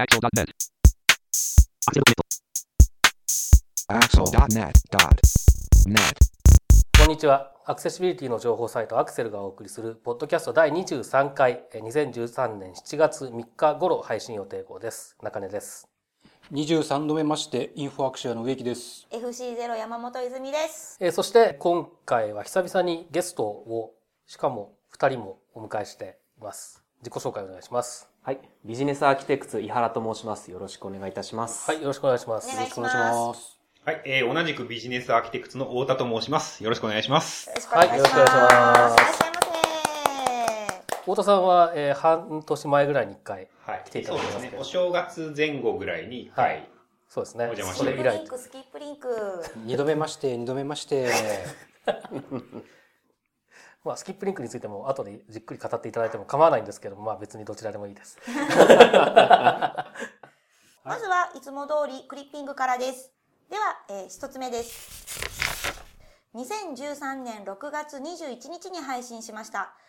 Axel.net. Axel.net.net こんにちは。アクセシビリティの情報サイトアクセルがお送りするポッドキャスト第23回2013年7月3日頃配信予定号です。中根です。 23度目ましてインフォアクシアの植木です。 FC0 山本泉です。 そして今回は久々にゲストをしかも2人もお迎えしています。自己紹介お願いします。 はい、ビジネスアーキテクツ井原と申します。よろしくお願いいたします。 はい、よろしくお願いします。 お願いします。 はい、同じくビジネスアーキテクツの太田と申します。よろしくお願いします。 よろしくお願いします。 はい、よろしくお願いします。 いらっしゃいませ。 太田さんは、半年前ぐらいに1回来ていただいてますけど、 そうですね。お正月前後ぐらいに1回、 はい、そうですね。 お邪魔スキしてップリンク、スキップリンク。 2度目まして2度目ましてまあ、スキップリンクについても後でじっくり語っていただいても構わないんですけども、まあ別にどちらでもいいです。 まずはいつも通りクリッピングからです。では、一つ目です。2013年6月21日に配信しました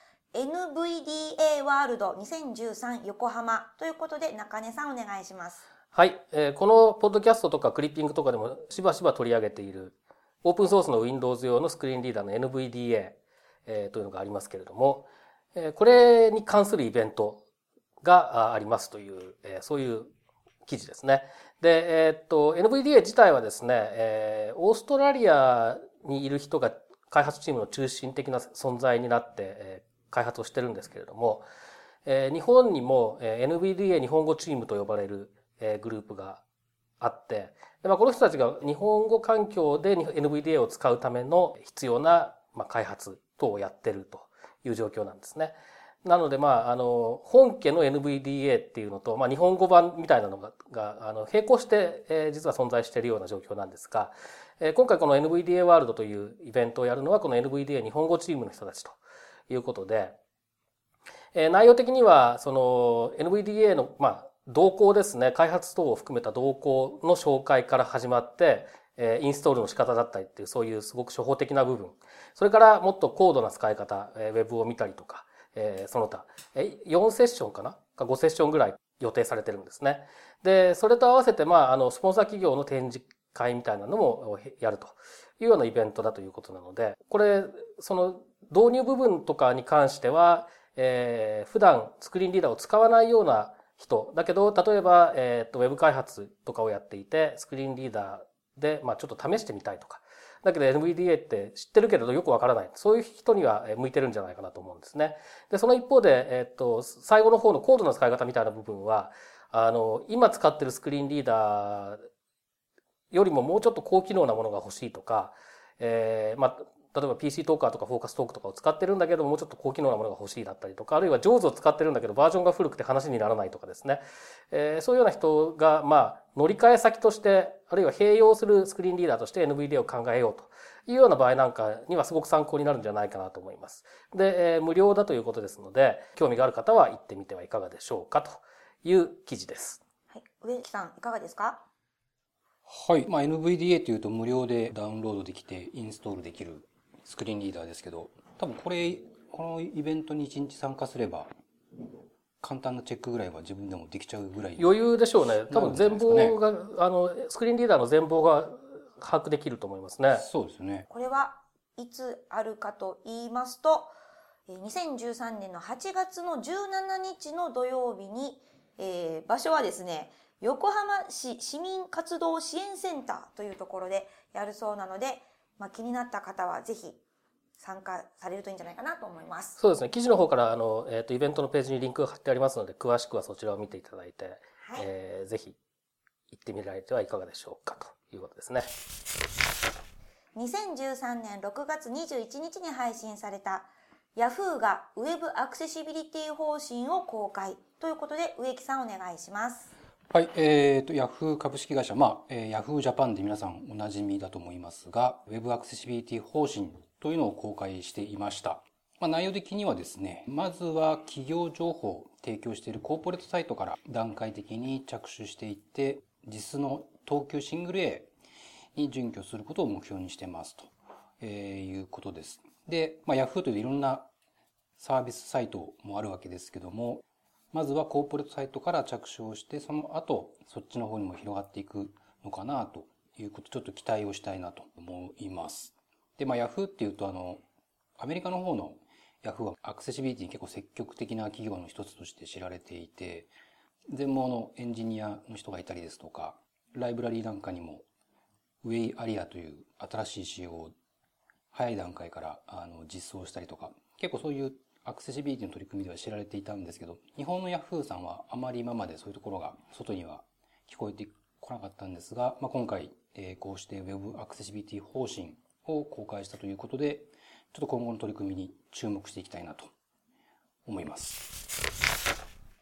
NVDA ワールド2013横浜ということで中根さんお願いします。 はい、このポッドキャストとかクリッピングとかでもしばしば取り上げているオープンソースの Windows 用のスクリーンリーダーの NVDA、というのがありますけれども、これに関するイベントがありますという、そういう記事ですね。で、NVDA 自体はですね、オーストラリアにいる人が開発チームの中心的な存在になって、開発をしてるんですけれども、日本にも NVDA 日本語チームと呼ばれるグループがあって、でこの人たちが日本語環境で NVDA を使うための必要な開発等をやってるという状況なんですね。なので、本家の NVDA っていうのと、日本語版みたいなのが並行して、実は存在しているような状況なんですが、今回この NVDA ワールドというイベントをやるのは、この NVDA 日本語チームの人たちということで、内容的には、その NVDA の、動向ですね、開発等を含めた動向の紹介から始まって、インストールの仕方だったりっていう、そういうすごく初歩的な部分。それからもっと高度な使い方、ウェブを見たりとか、その他、4セッションかなか5セッションぐらい予定されてるんですね。で、それと合わせて、スポンサー企業の展示会みたいなのもやるというようなイベントだということなので、これ、その導入部分とかに関しては、普段スクリーンリーダーを使わないような人、だけど、例えば、ウェブ開発とかをやっていて、スクリーンリーダーで、ちょっと試してみたいとか。だけど NVDA って知ってるけれどよくわからない。そういう人には向いてるんじゃないかなと思うんですね。で、その一方で、最後の方の高度な使い方みたいな部分は、今使ってるスクリーンリーダーよりももうちょっと高機能なものが欲しいとか、例えば PC トーカーとかフォーカストークとかを使ってるんだけどもうちょっと高機能なものが欲しいだったりとか、あるいは JAWS を使ってるんだけどバージョンが古くて話にならないとかですね。そういうような人が、乗り換え先として、あるいは併用するスクリーンリーダーとして NVDA を考えようというような場合なんかにはすごく参考になるんじゃないかなと思います。で、無料だということですので、興味がある方は行ってみてはいかがでしょうかという記事です。 はい、植木さんいかがですか？ はい、NVDA というと無料でダウンロードできてインストールできるスクリーンリーダーですけど、多分このイベントに1日参加すれば簡単なチェックぐらいは自分でもできちゃうぐらい余裕でしょうね。多分全貌が、スクリーンリーダーの全貌が把握できると思いますね。 そうですね。 これはいつあるかと言いますと、2013年の8月の17日の土曜日に、場所はですね、横浜市市民活動支援センターというところでやるそうなので、気になった方はぜひ参加されるといいんじゃないかなと思います。 そうですね。記事の方からイベントのページにリンクが貼ってありますので、詳しくはそちらを見ていただいて、 はい、 ぜひ行ってみられてはいかがでしょうかということですね。 2013年6月21日に配信された Yahoo がウェブアクセシビリティ方針を公開ということで、植木さんお願いします。 はい、Yahoo 株式会社、Yahoo Japan で皆さんおなじみだと思いますが、ウェブアクセシビリティ方針というのを公開していました。内容的にはですね、まずは企業情報を提供しているコーポレートサイトから段階的に着手していって、実の東急シングル A に準拠することを目標にしてますということです。で、Yahoo といういろんなサービスサイトもあるわけですけども、 まずはコーポレートサイトから着手をして、その後、そっちの方にも広がっていくのかなということ、ちょっと期待をしたいなと思います。で、Yahoo っていうとアメリカの方の Yahoo はアクセシビリティに結構積極的な企業の一つとして知られていて、全盲のエンジニアの人がいたりですとか、ライブラリーなんかにも Way Aria という新しい仕様を早い段階から実装したりとか、結構そういうアクセシビリティの取り組みでは知られていたんですけど、日本の Yahoo さんはあまり今までそういうところが外には聞こえてこなかったんですが、今回、こうして Web アクセシビリティ方針を公開したということで、ちょっと今後の取り組みに注目していきたいなと思います。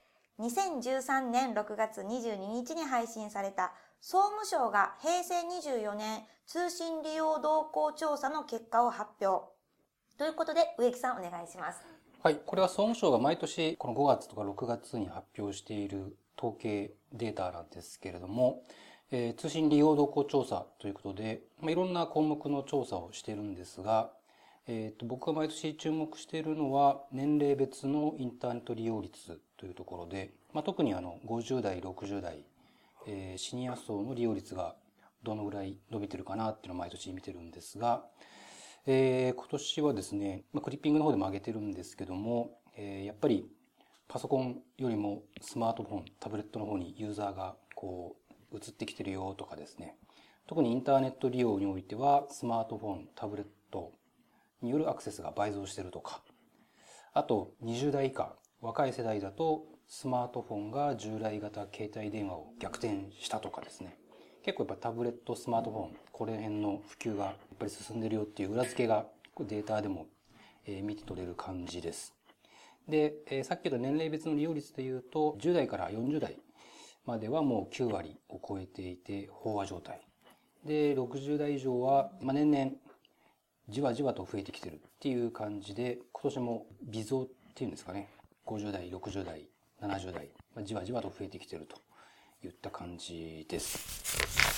2013年6月22日に配信された総務省が平成24年通信利用動向調査の結果を発表。ということで、植木さんお願いします。 はい。これは総務省が毎年この5月とか6月に発表している統計データなんですけれども、通信利用動向調査ということで、いろんな項目の調査をしているんですが、僕が毎年注目しているのは年齢別のインターネット利用率というところで、特に50代、60代、シニア層の利用率がどのぐらい伸びてるかなっていうのを毎年見てるんですが、今年はですね、クリッピングの方でも上げてるんですけども、やっぱりパソコンよりもスマートフォン、タブレットの方にユーザーが移ってきてるよとかですね、特にインターネット利用においてはスマートフォン、タブレットによるアクセスが倍増してるとか、あと20代以下、若い世代だとスマートフォンが従来型携帯電話を逆転したとかですね、結構やっぱタブレット、スマートフォン、この辺の普及がやっぱり進んでるよっていう裏付けがデータでも見て取れる感じです。で、さっき言った年齢別の利用率でいうと、10代から40代まではもう9割を超えていて飽和状態。で、60代以上は年々じわじわと増えてきてるっていう感じで、今年も微増っていうんですかね、50代、60代、70代、じわじわと増えてきてるといった感じです。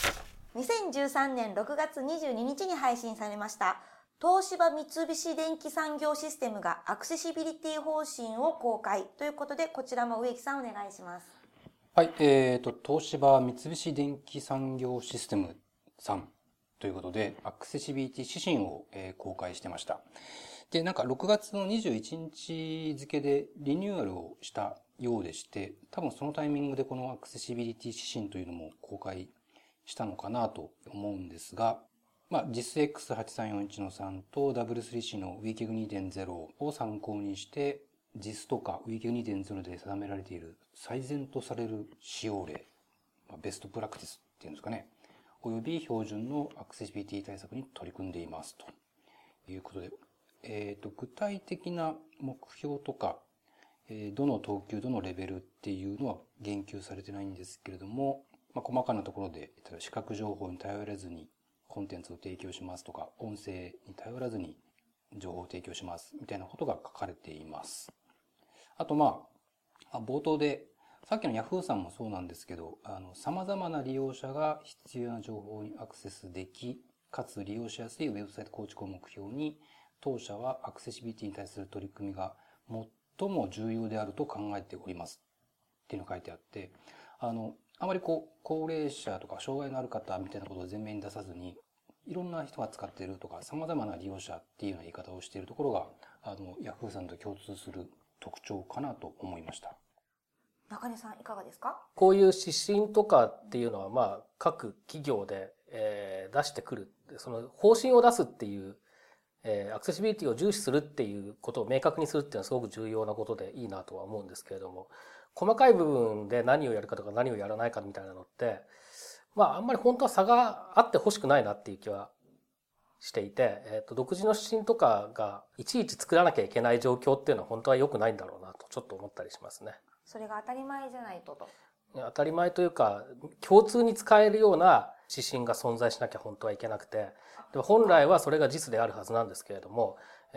2013年6月22日に配信されました東芝三菱電機産業システムがアクセシビリティ方針を公開ということで、こちらも植木さんお願いします。 はい、東芝三菱電機産業システムさんということで、アクセシビリティ指針を、公開してました。で、6月の21日付でリニューアルをしたようでして、多分そのタイミングでこのアクセシビリティ指針というのも公開したのかなと思うんですが、JIS X8341-3 と W3C の WCAG 2.0 を参考にして、JIS とか WCAG 2.0 で定められている最善とされる使用例、ベストプラクティスっていうんですかね、および標準のアクセシビリティ対策に取り組んでいますということで、具体的な目標とか、どの等級、どのレベルっていうのは言及されてないんですけれども、細かなところで、視覚情報に頼らずにコンテンツを提供しますとか、音声に頼らずに情報を提供しますみたいなことが書かれています。あと冒頭で、さっきの Yahoo さんもそうなんですけど、様々な利用者が必要な情報にアクセスでき、かつ利用しやすいウェブサイト構築を目標に、当社はアクセシビリティに対する取り組みが最も重要であると考えておりますっていうのが書いてあって、あまり高齢者とか障害のある方みたいなことを前面に出さずに、いろんな人が使っているとか、様々な利用者っていうような言い方をしているところが、Yahoo さんと共通する特徴かなと思いました。 中根さんいかがですか？ こういう指針とかっていうのは、各企業で、出してくる。その方針を出すっていう、アクセシビリティを重視するっていうことを明確にするっていうのはすごく重要なことでいいなとは思うんですけれども、細かい部分で何をやるかとか何をやらないかみたいなのって、あんまり本当は差があってほしくないなっていう気はしていて、独自の指針とかがいちいち作らなきゃいけない状況っていうのは本当は良くないんだろうなとちょっと思ったりしますね。 それが当たり前じゃないと。 当たり前というか、共通に使えるような指針が存在しなきゃ本当はいけなくて、で本来はそれが実であるはずなんですけれども、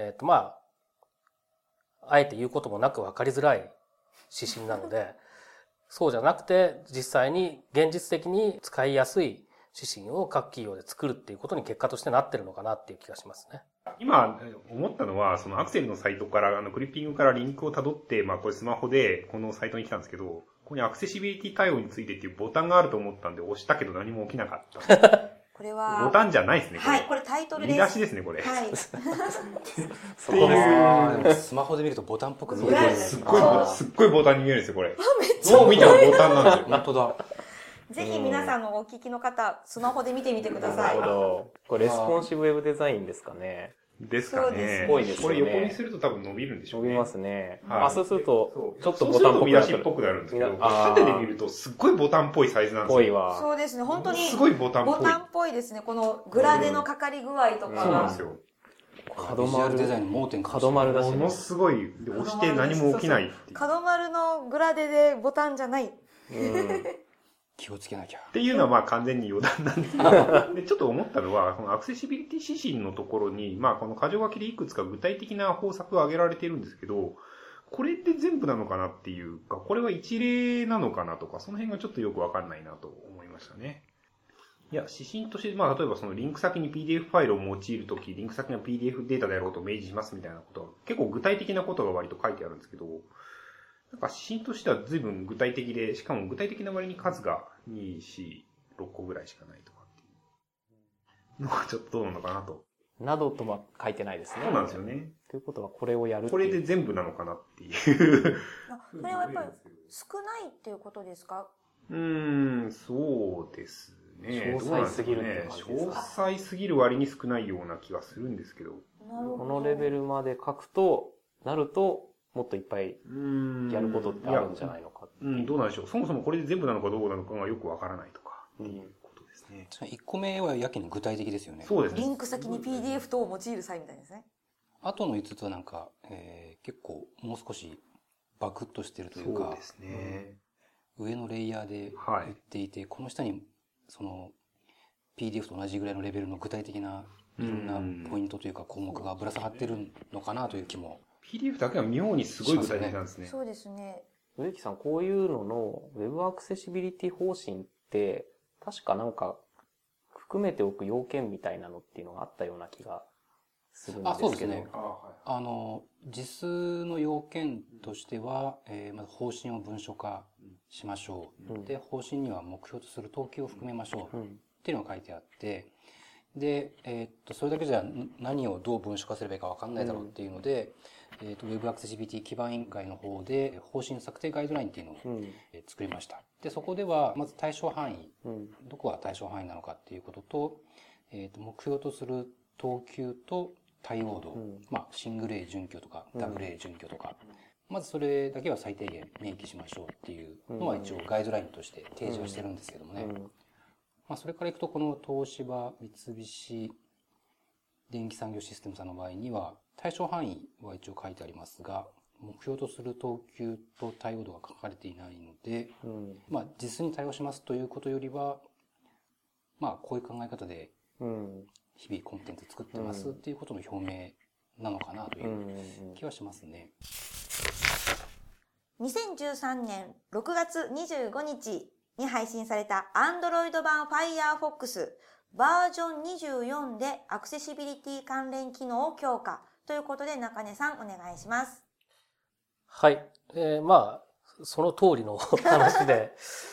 あえて言うこともなく分かりづらい指針なので、そうじゃなくて実際に現実的に使いやすい指針を各企業で作るっていうことに結果としてなってるのかなっていう気がしますね。 今思ったのは、そのアクセルのサイトから、クリッピングからリンクを辿って、これスマホでこのサイトに来たんですけど、ここにアクセシビリティ対応についてっていうボタンがあると思ったんで押したけど何も起きなかった。 これはボタンじゃないですね、これ。 はい、これタイトルです。 見出しですね、これ。 はい。 そこですでもスマホで見るとボタンっぽく見える。 すっごいボタンに見えるんですよ、これ。どう見てもボタンなんですよ。 本当だ。 ぜひ皆さんのお聞きの方、スマホで見てみてください。 なるほど。これレスポンシブウェブデザインですかね。 ですかね。 そうですぽいですよね。 これ横にすると多分伸びるんでしょうね。 伸びますね。 はいそうすると、ちょっとボそうすると見タンっぽくなる。 出しっぽくなるんですけど、 あー縦で見るとすっごいボタンっぽいサイズなんですよ。 ぽいわ。 そうですね、本当にすごいボタンっぽい。 ボタンっぽいですね。このグラデのかかり具合とかがそうなんです。よ。 ビジュアルデザインの盲点かもしれない。 角丸だしねもの。すごい、で押して何も起きないっていう。 角丸のグラデでボタンじゃない。 気をつけなきゃ。 っていうのは完全に余談なんですけど、でちょっと思ったのは、このアクセシビリティ指針のところに、この箇条書きでいくつか具体的な方策が挙げられているんですけど、これって全部なのかなっていうか、これは一例なのかなとか、その辺がちょっとよくわかんないなと思いましたね。いや、指針として、例えばそのリンク先に PDF ファイルを用いるとき、リンク先が PDF データであろうと明示しますみたいなことは、結構具体的なことが割と書いてあるんですけど、なんか指針としては随分具体的で、しかも具体的な割に数が2、4、6個ぐらいしかないとかっていうのがちょっとどうなのかなと。 などとは書いてないですね。 そうなんですよね。 ということはこれをやるっていう。 これで全部なのかなっていう。 それはやっぱり少ないっていうことですか？ そうですね。 詳細すぎるって感じですか？ 詳細すぎる割に少ないような気がするんですけど。 なるほど。 このレベルまで書くと、なると、もっといっぱいやることってあるんじゃないのか。 どうなんでしょう。そもそもこれで全部なのかどうなのかがよくわからないとかっていうことですね。 1個目はやけに具体的ですよね。 そうですね。 リンク先に PDF 等を用いる際みたいですね。 あとの5つはなんか、結構もう少しバクッとしてるというか、 そうですね。 上のレイヤーで言っていて、この下にその PDF と同じぐらいのレベルの具体的ないろんなポイントというか項目がぶら下がってるのかなという気も。 PDF だけは妙にすごい具体的なんですね。 そうですね。 植木さん、こういうのの Web アクセシビリティ方針って、確かなんか含めておく要件みたいなのっていうのがあったような気がするんですけど。 そうですね。実数の要件としては、まず方針を文書化しましょう。で、方針には目標とする等級を含めましょう。っていうのが書いてあって、で、それだけじゃ何をどう文書化すればいいか分かんないだろうっていうので、Web アクセシビリティ基盤委員会の方で方針策定ガイドラインっていうのを作りました。で、そこでは、まず対象範囲、どこが対象範囲なのかっていうことと、目標とする等級と対応度、シングル A 準拠とか、ダブル A 準拠とか、まずそれだけは最低限明記しましょうっていうのは一応ガイドラインとして提示はしてるんですけどもね。それからいくと、この東芝、三菱電気産業システムさんの場合には、対象範囲は一応書いてありますが、目標とする等級と対応度が書かれていないので、実数に対応しますということよりは、こういう考え方で、日々コンテンツ作ってますっていうことの表明なのかなという気はしますね。 2013年6月25日に配信された Android 版 Firefox バージョン24でアクセシビリティ関連機能を強化ということで、中根さんお願いします。 はい。その通りの話で、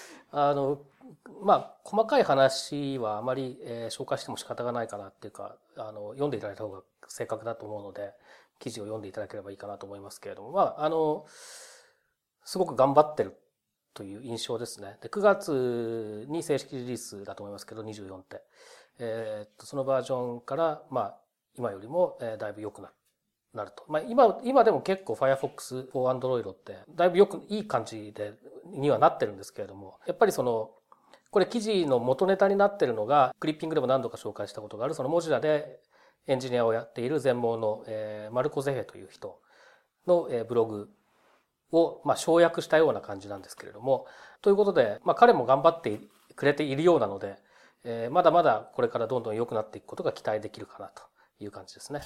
細かい話はあまり、紹介しても仕方がないかなっていうか、読んでいただいた方が正確だと思うので、記事を読んでいただければいいかなと思いますけれども、すごく頑張ってるという印象ですね。で、9月に正式リリースだと思いますけど、24って。そのバージョンから、今よりも、だいぶ良くなると。今でも結構 Firefox for Android って、だいぶいい感じにはなってるんですけれども、やっぱりこれ記事の元ネタになってるのが、クリッピングでも何度か紹介したことがある、モジュラでエンジニアをやっている全盲の、マルコ・ゼヘという人の、ブログを、省略したような感じなんですけれども、ということで、彼も頑張ってくれているようなので、まだまだこれからどんどん良くなっていくことが期待できるかなという感じですね。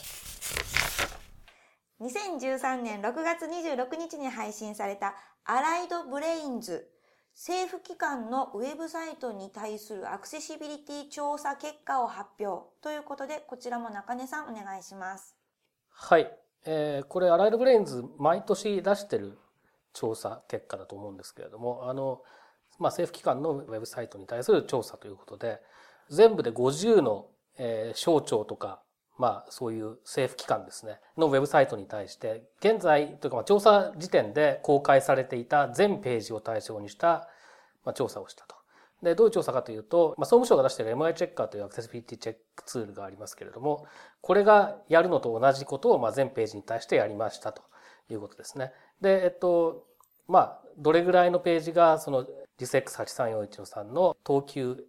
2013年6月26日に配信された Allied Brains 政府機関のウェブサイトに対するアクセシビリティ調査結果を発表ということで、こちらも中根さんお願いします。 はい。これ、アライルブレインズ、毎年出してる調査結果だと思うんですけれども、政府機関のウェブサイトに対する調査ということで、全部で50の、省庁とか、そういう政府機関ですね、のウェブサイトに対して、現在というか、調査時点で公開されていた全ページを対象にした、調査をしたと。で、どういう調査かというと、総務省が出している MI チェッカーというアクセシビリティチェックツールがありますけれども、これがやるのと同じことを全ページに対してやりましたということですね。で、どれぐらいのページがその JISX83413 の等級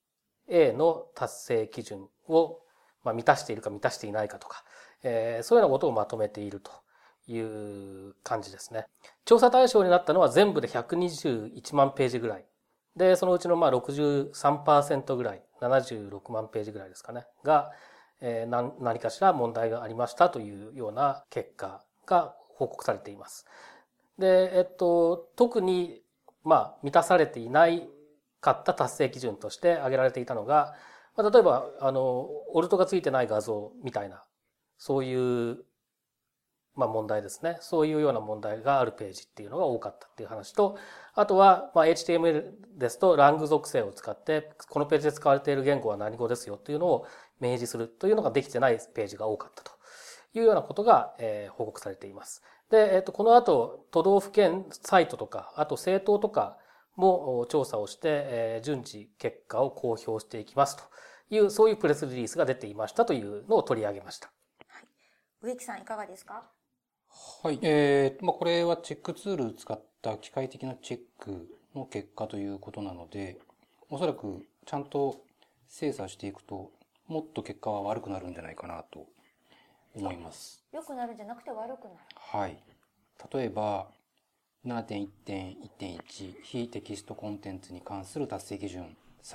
A の達成基準を満たしているか満たしていないかとか、そういうようなことをまとめているという感じですね。調査対象になったのは全部で121万ページぐらい。で、そのうちの63% ぐらい、76万ページぐらいですかね、が、何かしら問題がありましたというような結果が報告されています。で、特に、満たされていないかった達成基準として挙げられていたのが、例えば、オルトがついてない画像みたいな、そういう、問題ですね。そういうような問題があるページっていうのが多かったっていう話と、あとは、HTML ですと、ラング属性を使って、このページで使われている言語は何語ですよっていうのを明示するというのができてないページが多かったというようなことが、報告されています。で、この後、都道府県サイトとか、あと政党とかも調査をして、順次結果を公表していきますという、そういうプレスリリースが出ていましたというのを取り上げました。 はい。植木さんいかがですか？ はい。これはチェックツールを使った機械的なチェックの結果ということなので、おそらくちゃんと精査していくと、もっと結果は悪くなるんじゃないかなと思います。 良くなるんじゃなくて悪くなる。 はい。例えば、7.1.1.1 非テキストコンテンツに関する達成基準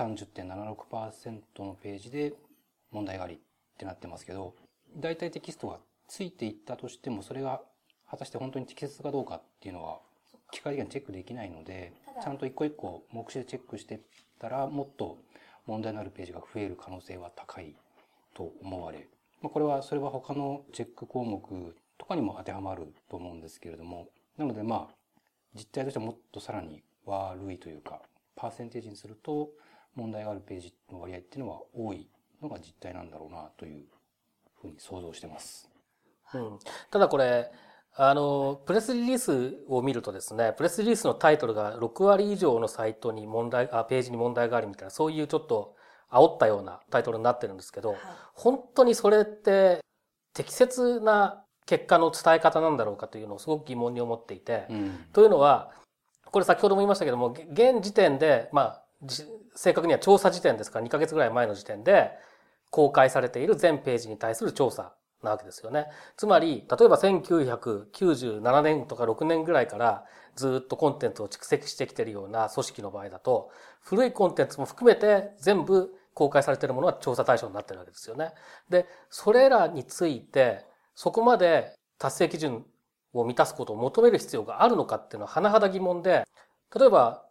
30.76% のページで問題がありってなってますけど、大体テキストがついていったとしても、それが果たして本当に適切かどうかっていうのは機械的にチェックできないので、ちゃんと一個一個目視でチェックしていったら、もっと問題のあるページが増える可能性は高いと思われ、それは他のチェック項目とかにも当てはまると思うんですけれども、なので実態としてはもっとさらに悪いというか、パーセンテージにすると問題があるページの割合っていうのは多いのが実態なんだろうなというふうに想像してます。 ただこれ、プレスリリースを見るとですね、プレスリリースのタイトルが6割以上のサイトにページに問題があるみたいな、そういうちょっと煽ったようなタイトルになってるんですけど、本当にそれって適切な結果の伝え方なんだろうかというのをすごく疑問に思っていて、というのは、これ先ほども言いましたけども、現時点で、正確には調査時点ですから2ヶ月ぐらい前の時点で公開されている全ページに対する調査なわけですよね。つまり、例えば1997年とか6年ぐらいからずっとコンテンツを蓄積してきているような組織の場合だと、古いコンテンツも含めて全部公開されているものが調査対象になっているわけですよね。で、それらについて、そこまで達成基準を満たすことを求める必要があるのかっていうのは甚だ疑問で、例えば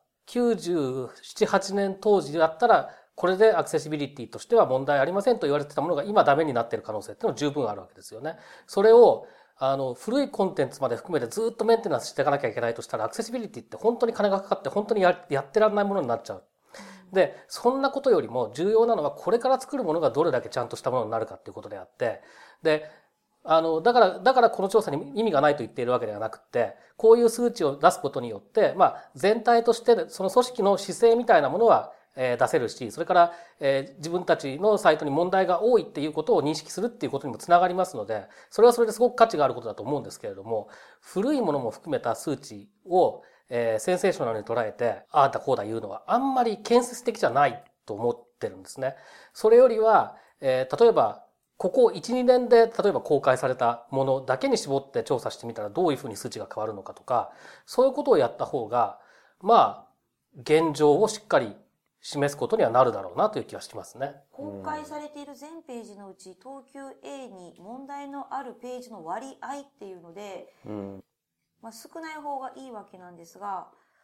97、8年当時だったら、これでアクセシビリティとしては問題ありませんと言われてたものが今ダメになっている可能性っていうのは十分あるわけですよね。それを、古いコンテンツまで含めてずっとメンテナンスしていかなきゃいけないとしたら、アクセシビリティって本当に金がかかって本当にやってられないものになっちゃう。で、そんなことよりも重要なのはこれから作るものがどれだけちゃんとしたものになるかっていうことであって、で、だからこの調査に意味がないと言っているわけではなくて、こういう数値を出すことによって、全体としてその組織の姿勢みたいなものは出せるし、それから、自分たちのサイトに問題が多いっていうことを認識するっていうことにもつながりますので、それはそれですごく価値があることだと思うんですけれども、古いものも含めた数値を、センセーショナルに捉えて、ああだこうだ言うのはあんまり建設的じゃないと思ってるんですね。それよりは、例えば、ここ1、2年で例えば公開されたものだけに絞って調査してみたらどういうふうに数値が変わるのかとか、そういうことをやった方が、現状をしっかり示すことにはなるだろうなという気はしますね。 公開されている全ページのうち、等級 A に問題のあるページの割合っていうので、少ない方がいいわけなんですが、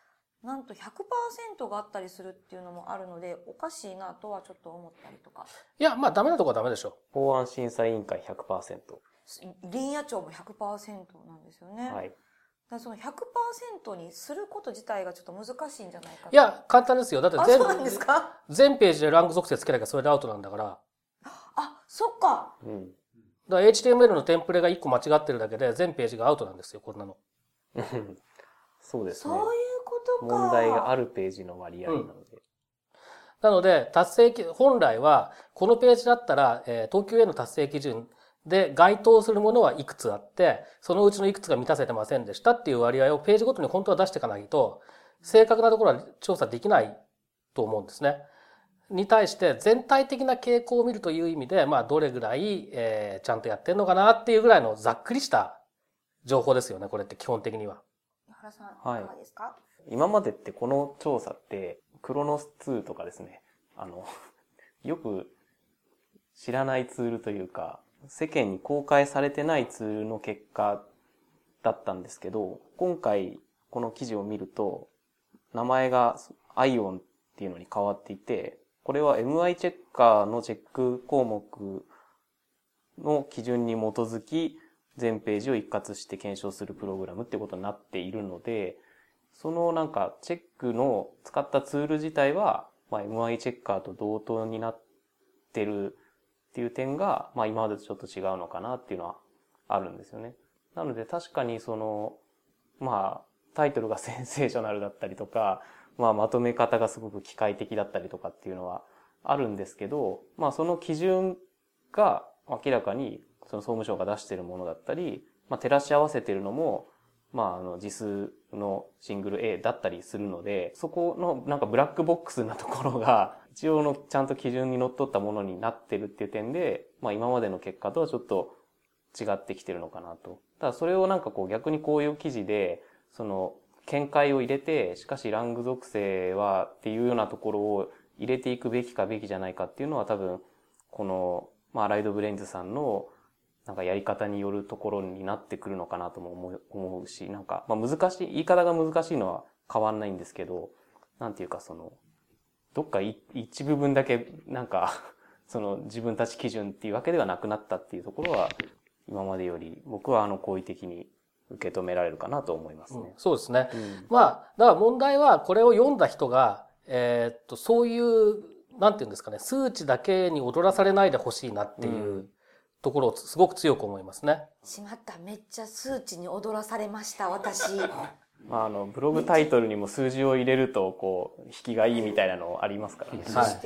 なんと 100% があったりするっていうのもあるので、おかしいなとはちょっと思ったりとか。 いや、まあダメなとこはダメでしょ。 法案審査委員会 100%。 林野庁も 100% なんですよね。 はい。 だからその 100% にすること自体がちょっと難しいんじゃないかと。 いや、簡単ですよ。だってそうなんですか？ 全ページでラング属性つけなきゃそれでアウトなんだから。 あ、そっか。 うん。 だから HTML のテンプレが1個間違ってるだけで全ページがアウトなんですよ、こんなの。 そうですね。 そういうことか。 問題があるページの割合なので。 なので、本来は、このページだったら、東京への達成基準で該当するものはいくつあって、そのうちのいくつが満たせてませんでしたっていう割合をページごとに本当は出していかないと、正確なところは調査できないと思うんですね。に対して全体的な傾向を見るという意味で、まあどれぐらい、ちゃんとやってんのかなっていうぐらいのざっくりした情報ですよね、これって基本的には。 原さん、いはいかがですか？ 今までってこの調査って、クロノス2とかですね、よく知らないツールというか、世間に公開されてないツールの結果だったんですけど、今回この記事を見ると、名前が ION っていうのに変わっていて、これは MI チェッカーのチェック項目の基準に基づき、全ページを一括して検証するプログラムってことになっているので、そのなんかチェックの使ったツール自体は、まあ、MI チェッカーと同等になってるっていう点が、まあ今までとちょっと違うのかなっていうのはあるんですよね。なので確かにまあタイトルがセンセーショナルだったりとか、まあまとめ方がすごく機械的だったりとかっていうのはあるんですけど、まあその基準が明らかにその総務省が出しているものだったり、まあ照らし合わせているのも、まあ字数のシングル A だったりするので、そこのなんかブラックボックスなところが一応のちゃんと基準にのっとったものになってるっていう点で、まあ今までの結果とはちょっと違ってきてるのかなと。ただそれをなんかこう逆にこういう記事で、見解を入れて、しかしラング属性はっていうようなところを入れていくべきかべきじゃないかっていうのは多分、この、まあアライドブレインズさんのなんかやり方によるところになってくるのかなとも思うし、なんか、まあ難しい、言い方が難しいのは変わんないんですけど、なんていうかどっか一部分だけなんか、自分たち基準っていうわけではなくなったっていうところは、今までより僕は好意的に受け止められるかなと思いますね。 そうですね。まあ、だから問題はこれを読んだ人が、そういう、なんていうんですかね、数値だけに踊らされないでほしいなっていうところをすごく強く思いますね。 しまった。めっちゃ数値に踊らされました、私。 まあ、ブログタイトルにも数字を入れると、引きがいいみたいなのありますからね。 そして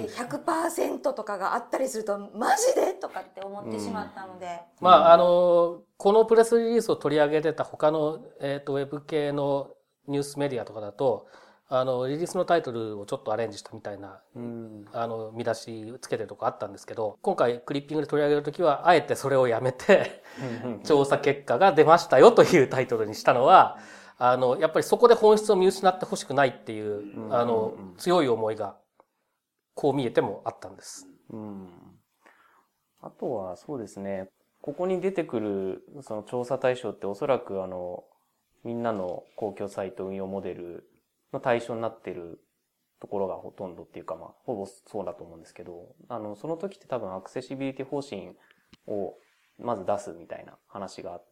100% とかがあったりすると、マジでとかって思ってしまったので。 まあ、このプレスリリースを取り上げてた他の、ウェブ系のニュースメディアとかだと、リリースのタイトルをちょっとアレンジしたみたいな、見出しつけてるとこあったんですけど、今回クリッピングで取り上げるときは、あえてそれをやめて、調査結果が出ましたよというタイトルにしたのは、やっぱりそこで本質を見失ってほしくないっていう、強い思いが、こう見えてもあったんです。 あとはそうですね、ここに出てくるその調査対象っておそらくみんなの公共サイト運用モデルの対象になっているところがほとんどっていうか、まあ、ほぼそうだと思うんですけど、その時って多分アクセシビリティ方針をまず出すみたいな話があって、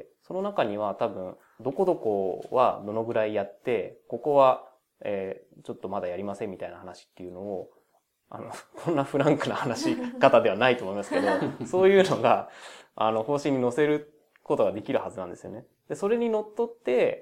その中には多分、どこどこはどのぐらいやって、ここは、ちょっとまだやりませんみたいな話っていうのを、こんなフランクな話し方ではないと思いますけど、そういうのが、方針に載せることができるはずなんですよね。で、それにのっとって、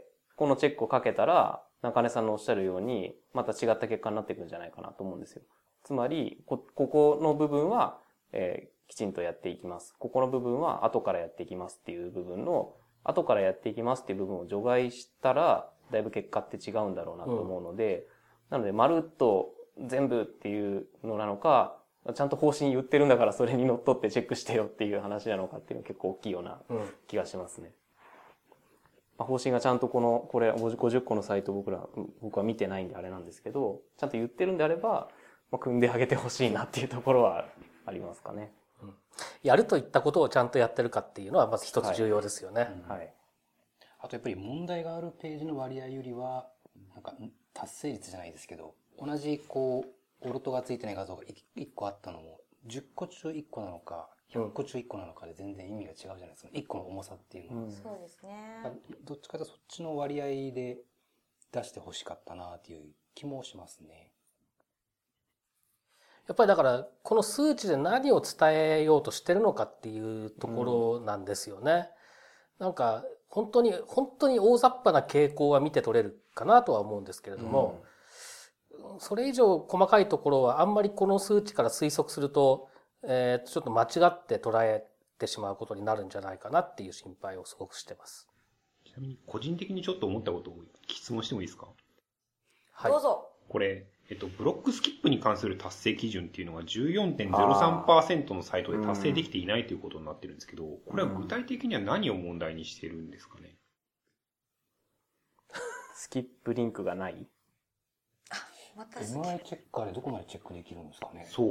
このチェックをかけたら、中根さんのおっしゃるように、また違った結果になってくるんじゃないかなと思うんですよ。つまり、ここの部分は、きちんとやっていきます。ここの部分は後からやっていきますっていう部分の、後からやっていきますっていう部分を除外したら、だいぶ結果って違うんだろうなと思うので、なので、まるっと全部っていうのなのか、ちゃんと方針言ってるんだからそれにのっとってチェックしてよっていう話なのかっていうのは結構大きいような気がしますね。方針がちゃんとこれ50個のサイト僕は見てないんであれなんですけど、ちゃんと言ってるんであれば、組んであげてほしいなっていうところはありますかね。 やるといったことをちゃんとやってるかっていうのはまず一つ重要ですよね。 はい。あとやっぱり問題があるページの割合よりは、なんか達成率じゃないですけど、同じこう、オルトがついてない画像が1個あったのも、10個中1個なのか、100個中1個なのかで全然意味が違うじゃないですか。1個の重さっていうのは。 そうですね。 どっちかというとそっちの割合で出してほしかったなっていう気もしますね。 やっぱりだから、この数値で何を伝えようとしてるのかっていうところなんですよね。なんか、本当に大雑把な傾向は見て取れるかなとは思うんですけれども、それ以上細かいところはあんまりこの数値から推測すると、ちょっと間違って捉えてしまうことになるんじゃないかなっていう心配をすごくしてます。 ちなみに個人的にちょっと思ったことを質問してもいいですか？ はい。 どうぞ。 これ、ブロックスキップに関する達成基準っていうのが 14.03% のサイトで達成できていないということになってるんですけど、これは具体的には何を問題にしてるんですかね？ スキップリンクがない？ また MI チェッカーでどこまでチェックできるんですかね。 そう。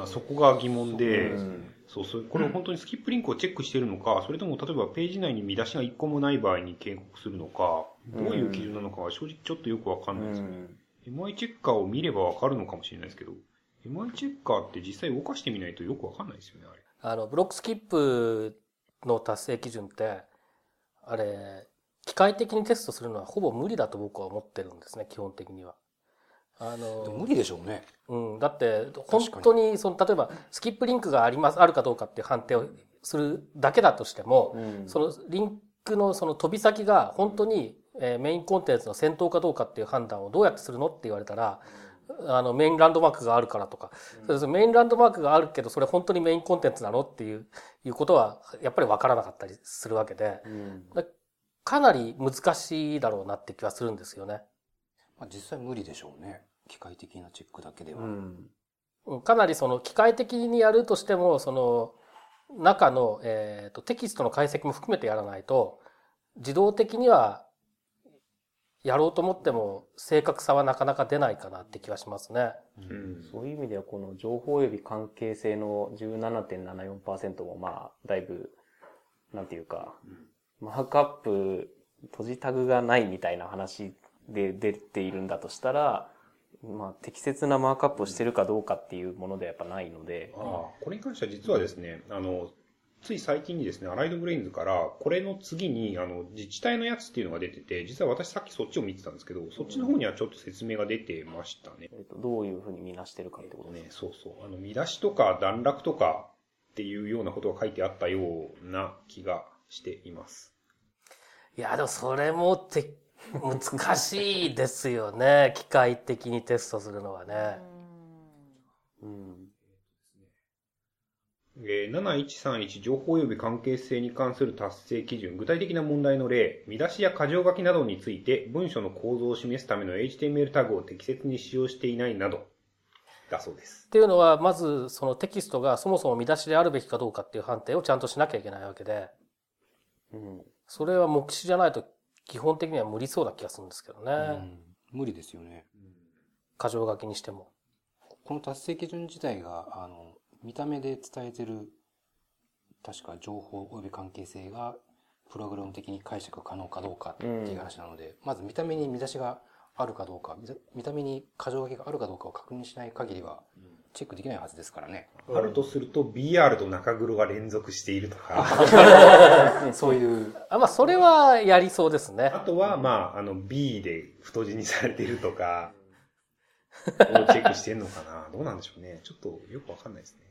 そこが疑問で、これ本当にスキップリンクをチェックしてるのか、それとも例えばページ内に見出しが1個もない場合に警告するのか、どういう基準なのかは正直ちょっとよくわかんないですよね。MI チェッカーを見ればわかるのかもしれないですけど、MI チェッカーって実際動かしてみないとよくわかんないですよね、あれ。 ブロックスキップの達成基準って、あれ、機械的にテストするのはほぼ無理だと僕は思ってるんですね、基本的には。 でも無理でしょうね。 だって、本当に、例えば、スキップリンクがあるかどうかっていう判定をするだけだとしても、そのリンクのその飛び先が本当にメインコンテンツの先頭かどうかっていう判断をどうやってするのって言われたら、メインランドマークがあるからとか、メインランドマークがあるけど、それ本当にメインコンテンツなのっていうことは、やっぱり分からなかったりするわけで、かなり難しいだろうなって気はするんですよね。 実際無理でしょうね。機械的なチェックだけでは。 かなり機械的にやるとしても、中の、テキストの解析も含めてやらないと、自動的にはやろうと思っても正確さはなかなか出ないかなって気はしますね。 そういう意味ではこの情報及び関係性の 17.74% もだいぶ、なんていうか、マークアップ、閉じタグがないみたいな話で出ているんだとしたら、適切なマークアップをしてるかどうかっていうものではやっぱないので。 これに関しては実はですね、つい最近にですね、アライドブレインズから、これの次に、自治体のやつっていうのが出てて、実は私さっきそっちを見てたんですけど、そっちの方にはちょっと説明が出てましたね。 どういうふうに見なしてるかってことね。そうそう。見出しとか段落とかっていうようなことが書いてあったような気がしています。 いや、でもそれも難しいですよね。機械的にテストするのはね。 7131情報及び関係性に関する達成基準、具体的な問題の例、見出しや箇条書きなどについて文章の構造を示すための HTML タグを適切に使用していないなど、だそうです。 っていうのは、まずそのテキストがそもそも見出しであるべきかどうかっていう判定をちゃんとしなきゃいけないわけで、それは目視じゃないと基本的には無理そうな気がするんですけどね。 無理ですよね。 箇条書きにしても。 この達成基準自体が、見た目で伝えてる、確か情報及び関係性が、プログラム的に解釈可能かどうかっていう話なので、まず見た目に見出しがあるかどうか、見た目に箇条書きがあるかどうかを確認しない限りは、チェックできないはずですからね。 あるとすると、BR と中黒が連続しているとか。 そういう。 それはやりそうですね。 あとは、B で太字にされているとか、をチェックしてんのかな。どうなんでしょうね。ちょっとよくわかんないですね。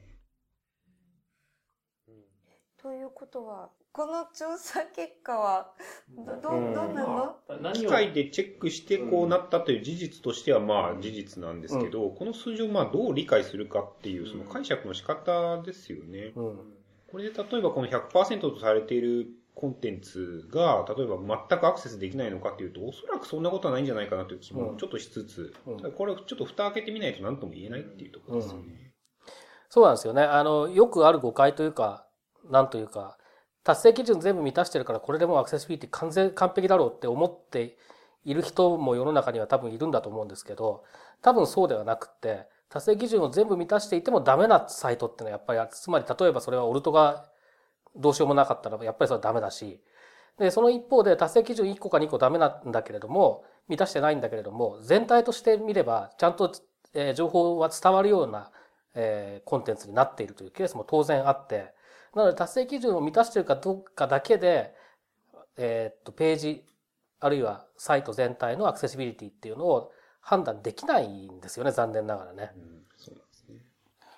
ということは、この調査結果は、どんなの？ 機械でチェックしてこうなったという事実としては事実なんですけど、この数字をどう理解するかっていうその解釈の仕方ですよね。これで例えばこの 100% とされているコンテンツが、例えば全くアクセスできないのかっていうと、おそらくそんなことはないんじゃないかなという気もちょっとしつつ、これをちょっと蓋開けてみないと何とも言えないっていうところですよね。 そうなんですよね。よくある誤解というか、なんというか、達成基準全部満たしてるからこれでもうアクセシビリティ完璧だろうって思っている人も世の中には多分いるんだと思うんですけど、多分そうではなくって、達成基準を全部満たしていてもダメなサイトっていうのはやっぱり、つまり例えばそれはオルトがどうしようもなかったらやっぱりそれはダメだし、 で、その一方で達成基準1個か2個ダメなんだけれども、満たしてないんだけれども、全体として見れば、ちゃんと情報は伝わるようなコンテンツになっているというケースも当然あって、なので達成基準を満たしているかどうかだけで、ページ、あるいはサイト全体のアクセシビリティっていうのを判断できないんですよね、残念ながらね。 そうなんですね。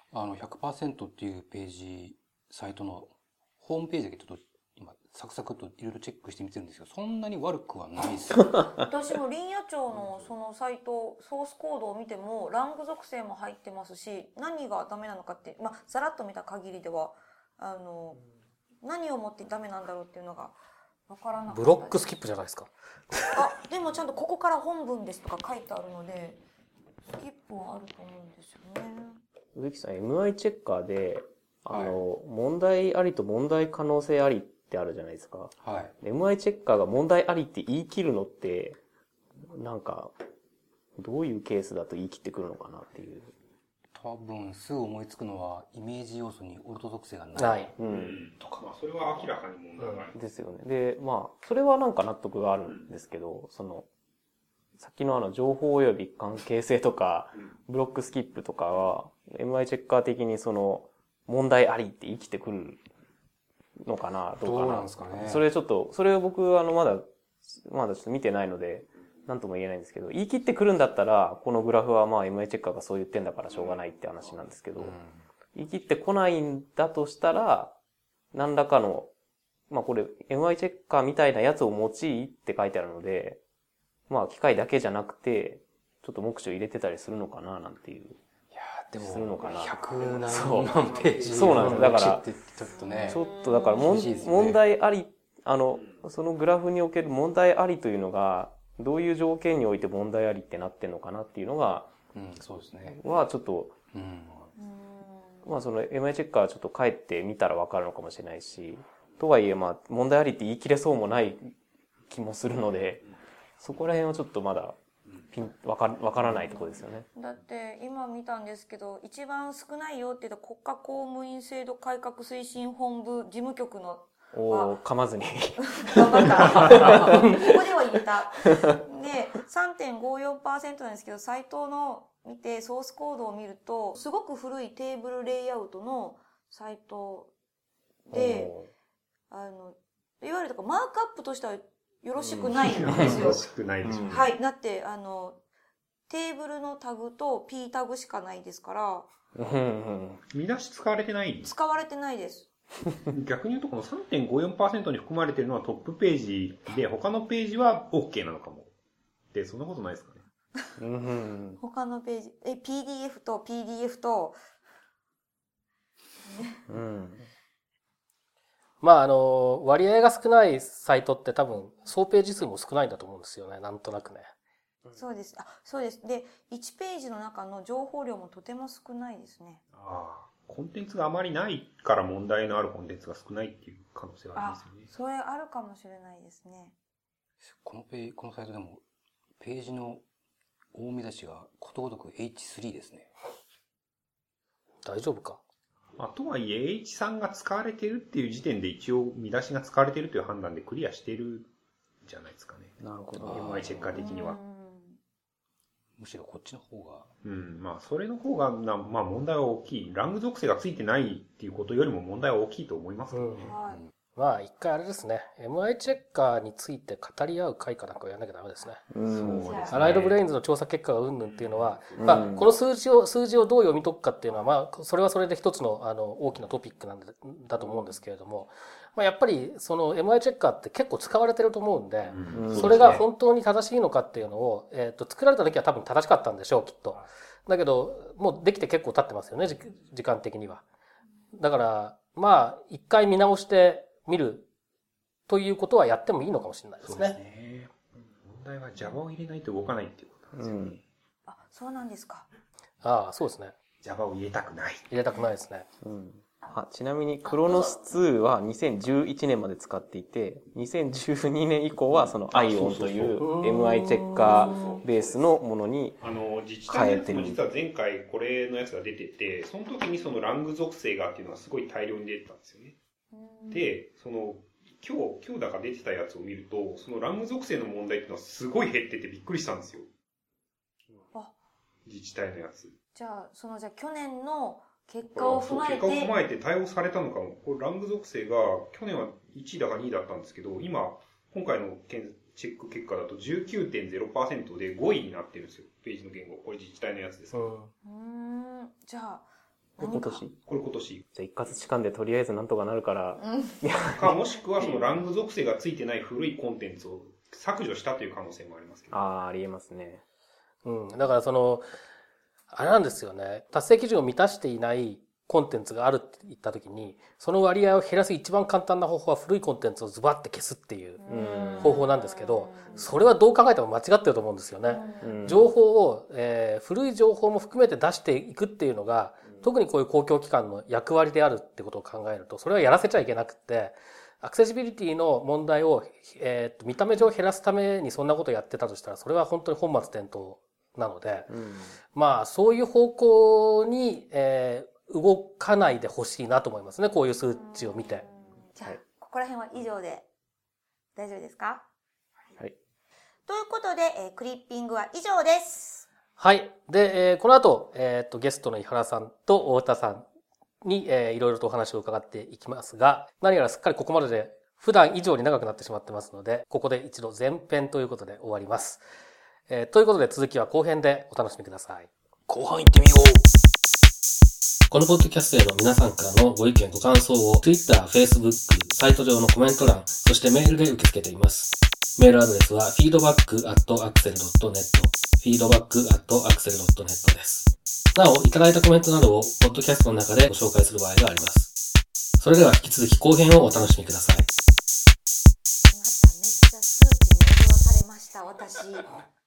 100% っていうページ、サイトのホームページだけちょっと今、サクサクといろいろチェックしてみてるんですけど、そんなに悪くはないですよ。 私も林野庁のそのサイト、ソースコードを見ても、ラング属性も入ってますし、何がダメなのかって、ざらっと見た限りでは、何をもってダメなんだろうっていうのがわからなかったです。 ブロックスキップじゃないですか。 でもちゃんとここから本文ですとか書いてあるので、スキップはあると思うんですよね。 植木さん、MI チェッカーで、 はい問題ありと問題可能性ありってあるじゃないですか。 はい。 MI チェッカーが問題ありって言い切るのって、なんか、どういうケースだと言い切ってくるのかなっていう。 多分、すぐ思いつくのは、イメージ要素にオルト属性がない。 ない。 とか。それは明らかに問題がある。 ですよね。で、それはなんか納得があるんですけど、さっきの情報及び関係性とか、ブロックスキップとかは、MI チェッカー的に問題ありって生きてくるのかな、どうかな。 どうなんですかね。 それを僕まだちょっと見てないので、なんとも言えないんですけど、言い切ってくるんだったら、このグラフはMI チェッカーがそう言ってんだからしょうがないって話なんですけど、言い切ってこないんだとしたら、何らかの、これ MI チェッカーみたいなやつを用いって書いてあるので、機械だけじゃなくて、ちょっと目視を入れてたりするのかな、なんていう。 いやでも、 するのかな。 100何万ページ。 そうなんです。だから、 ちょっとね。 ちょっとだから問題あり、そのグラフにおける問題ありというのが、どういう条件において問題ありってなってんのかなっていうのが、 そうですね。 はちょっと、MI チェッカーはちょっと帰ってみたらわかるのかもしれないし、とはいえ問題ありって言い切れそうもない気もするので、そこら辺はちょっとまだわからないところですよね。 だって今見たんですけど、一番少ないよって言った国家公務員制度改革推進本部事務局の噛まずに頑張ったここでは言えたで 3.54% なんですけど、サイトの見てソースコードを見ると、すごく古いテーブルレイアウトのサイトで、いわゆるマークアップとしてはよろしくないんですよ。 よろしくないでしょうね。 はい。だって、テーブルのタグと P タグしかないですから。 見出し使われてない？ 使われてないです。 逆に言うと、この 3.54% に含まれているのはトップページで、他のページは OK なのかも。で、そんなことないですかね。 他のページ、PDF と PDF と、 割合が少ないサイトって多分、総ページ数も少ないんだと思うんですよね、なんとなくね。 そうです。そうです。で、1ページの中の情報量もとても少ないですね。 コンテンツがあまりないから問題のあるコンテンツが少ないっていう可能性がありますよね。 それあるかもしれないですね。 このサイトでも、ページの大見出しがことごとく H3 ですね。 大丈夫か。 とはいえ、H3 が使われているっていう時点で一応見出しが使われているという判断でクリアしているんじゃないですかね。 なるほど。 MI チェッカー的には。 むしろこっちの方が。 それの方が、問題は大きい。ラング属性がついてないっていうことよりも問題は大きいと思いますけどね。 一回あれですね。MI チェッカーについて語り合う会かなんかをやらなきゃダメですね。アライドブレインズの調査結果がうんぬんっていうのは、この数字をどう読み解くかっていうのは、それはそれで一つの大きなトピックなんだと思うんですけれども、やっぱりその MI チェッカーって結構使われてると思うんで、それが本当に正しいのかっていうのを、作られた時は多分正しかったんでしょう、きっと。だけど、もうできて結構経ってますよね、時間的には。だから、一回見直して見るということはやってもいいのかもしれないですね。そうですね。 問題は Java を入れないと動かないっていうことなんですよね。 そうなんですか。 そうですね。 Java を入れたくない。 入れたくないですね。 ちなみに、クロノス2は2011年まで使っていて、2012年以降はその ION という MI チェッカーベースのものに自治体のやつも実は前回これのやつが出てて、その時にそのラング属性がっていうのがすごい大量に出てたんですよね。で、 今日だか出てたやつを見ると、そのラム属性の問題っていうのはすごい減っててびっくりしたんですよ。自治体のやつ。 じゃあ去年の結果を踏まえて。 結果を踏まえて対応されたのかも。これラム属性が、去年は1位だか2位だったんですけど、今回のチェック結果だと 19.0% で5位になってるんですよ。ページの言語。これ自治体のやつですから。 じゃあ、 これ今年じゃあ一括置換でとりあえずなんとかなるから。 か、もしくはそのラング属性がついてない古いコンテンツを削除したという可能性もありますけど。 ありえますね。 だからあれなんですよね。達成基準を満たしていないコンテンツがあるって言ったときに、その割合を減らす一番簡単な方法は古いコンテンツをズバッて消すっていう方法なんですけど、それはどう考えても間違ってると思うんですよね。情報を、古い情報も含めて出していくっていうのが、特にこういう公共機関の役割であるってことを考えると、それはやらせちゃいけなくって、アクセシビリティの問題を、見た目上減らすためにそんなことをやってたとしたら、それは本当に本末転倒なので、そういう方向に、動かないでほしいなと思いますね。こういう数値を見て。 じゃあ、ここら辺は以上で大丈夫ですか？ はい。 ということで、クリッピングは以上です。 はい。で、この後、ゲストの井原さんと太田さんに、いろいろとお話を伺っていきますが、何やらすっかりここまでで普段以上に長くなってしまってますので、ここで一度前編ということで終わります。ということで続きは後編でお楽しみください。 後半行ってみよう。 このポッドキャストへの皆さんからのご意見ご感想を Twitter、Facebook、サイト上のコメント欄、そしてメールで受け付けています。メールアドレスは feedback@axel.net feedback@axel.net です。なお、いただいたコメントなどをポッドキャストの中でご紹介する場合があります。それでは引き続き後編をお楽しみください。 まためっちゃ数値に惑わされました、私。